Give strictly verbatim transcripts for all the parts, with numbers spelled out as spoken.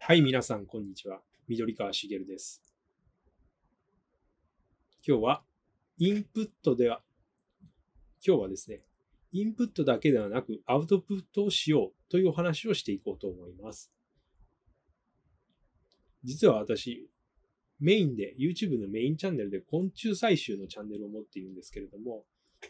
はい、皆さん、こんにちは。緑川茂です。今日は、インプットでは、今日はですね、インプットだけではなく、アウトプットをしようというお話をしていこうと思います。実は私、メインで、YouTube のメインチャンネルで昆虫採集のチャンネルを持っているんですけれども、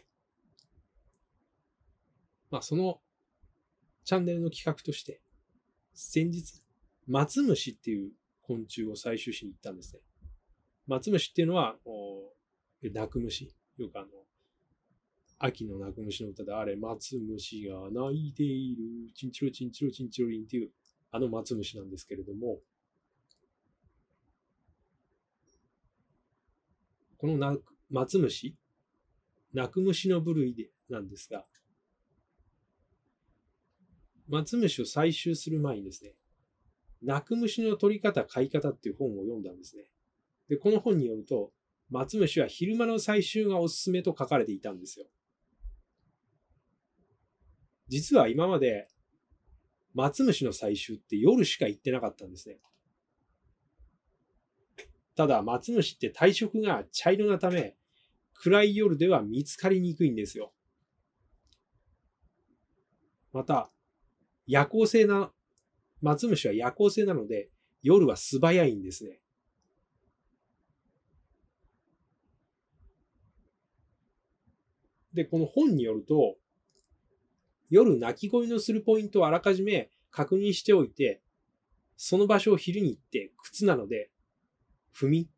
まあ、そのチャンネルの企画として、先日、マツムシっていう昆虫を採集しに行ったんですね。マツムシっていうのは、鳴く虫。よくあの、秋の鳴く虫の歌であれ、マツムシが鳴いている、チンチロチンチロチンチロリンっていう、あのマツムシなんですけれども、このなマツムシ、鳴く虫の部類でなんですが、マツムシを採集する前にですね、鳴く虫の取り方、飼い方っていう本を読んだんですね。で、この本によると、マツムシは昼間の採集がおすすめと書かれていたんですよ。実は今まで、マツムシの採集って夜しか行ってなかったんですね。ただ、マツムシって体色が茶色なため、暗い夜では見つかりにくいんですよ。また、夜行性な、マツムシは夜行性なので、夜は素早いんですね。で、この本によると、夜鳴き声のするポイントをあらかじめ確認しておいて、その場所を昼に行って靴なので、踏み、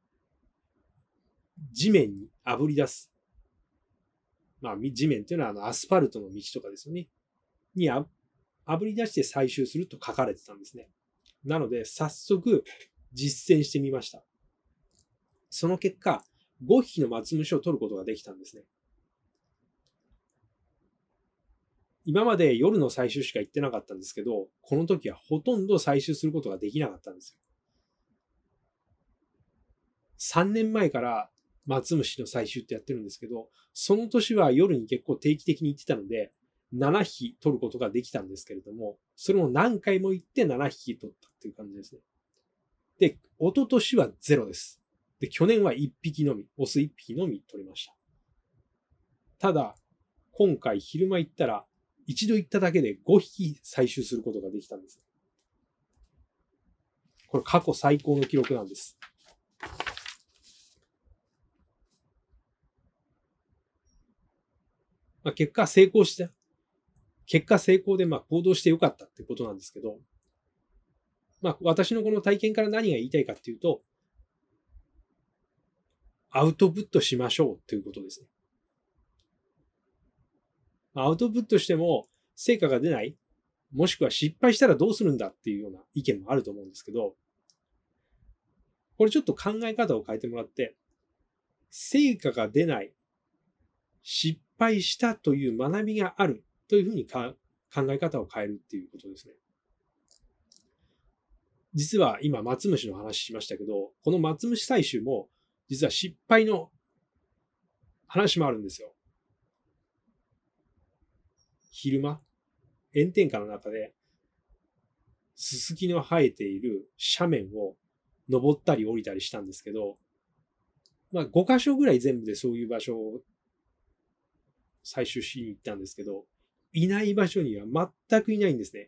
地面に炙り出す。まあ、地面っていうのはあのアスファルトの道とかですよね。にあ炙り出して採集すると書かれてたんですね。なので、早速実践してみました。その結果、ごひきのマツムシを取ることができたんですね。今まで夜の採集しか行ってなかったんですけど、この時はほとんど採集することができなかったんですよ。さんねんまえからマツムシの採集ってやってるんですけど、その年は夜に結構定期的に行ってたので、ななひき取ることができたんですけれども、それも何回も行ってななひき取ったっていう感じですね。で、一昨年はゼロです。で、去年はいっぴきのみ、オスいっぴきのみ取りました。ただ、今回昼間行ったら、一度行っただけでごひき採集することができたんです。これ過去最高の記録なんです。まあ、結果成功した。結果成功でまあ行動してよかったってことなんですけど、まあ私のこの体験から何が言いたいかっていうと、アウトプットしましょうということですね。アウトプットしても成果が出ない、もしくは失敗したらどうするんだっていうような意見もあると思うんですけど、これちょっと考え方を変えてもらって、成果が出ない、失敗したという学びがあるというふうに考え方を変えるっていうことですね。実は今、マツムシの話しましたけど、このマツムシ採集も、実は失敗の話もあるんですよ。昼間、炎天下の中で、ススキの生えている斜面を登ったり降りたりしたんですけど、まあごかしょぐらい全部でそういう場所を採集しに行ったんですけど、いない場所には全くいないんですね。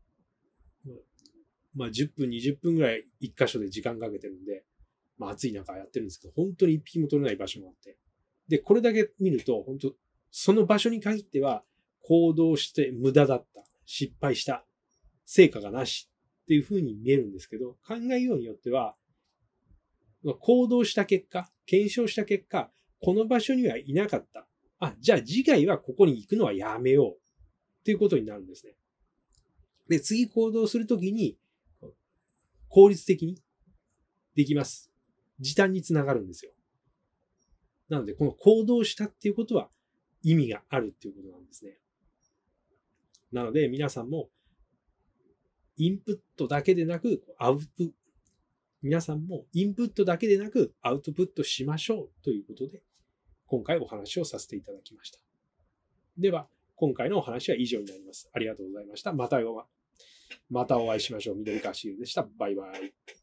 まあじゅっぷん、にじゅっぷんぐらい一箇所で時間かけてるんで、まあ暑い中やってるんですけど、本当に一匹も取れない場所もあって。で、これだけ見ると、本当その場所に限っては、行動して無駄だった、失敗した、成果がなしっていう風に見えるんですけど、考えようによっては、行動した結果、検証した結果、この場所にはいなかった。あ、じゃあ次回はここに行くのはやめようっていうことになるんですね。で、次行動するときに、効率的にできます。時短につながるんですよ。なので、この行動したっていうことは意味があるっていうことなんですね。なので、皆さんもインプットだけでなく、アウトプット、皆さんもインプットだけでなくアウトプットしましょうということで、今回お話をさせていただきました。では、今回のお話は以上になります。ありがとうございました。またよ。 またお会いしましょう。緑川シールでした。バイバイ。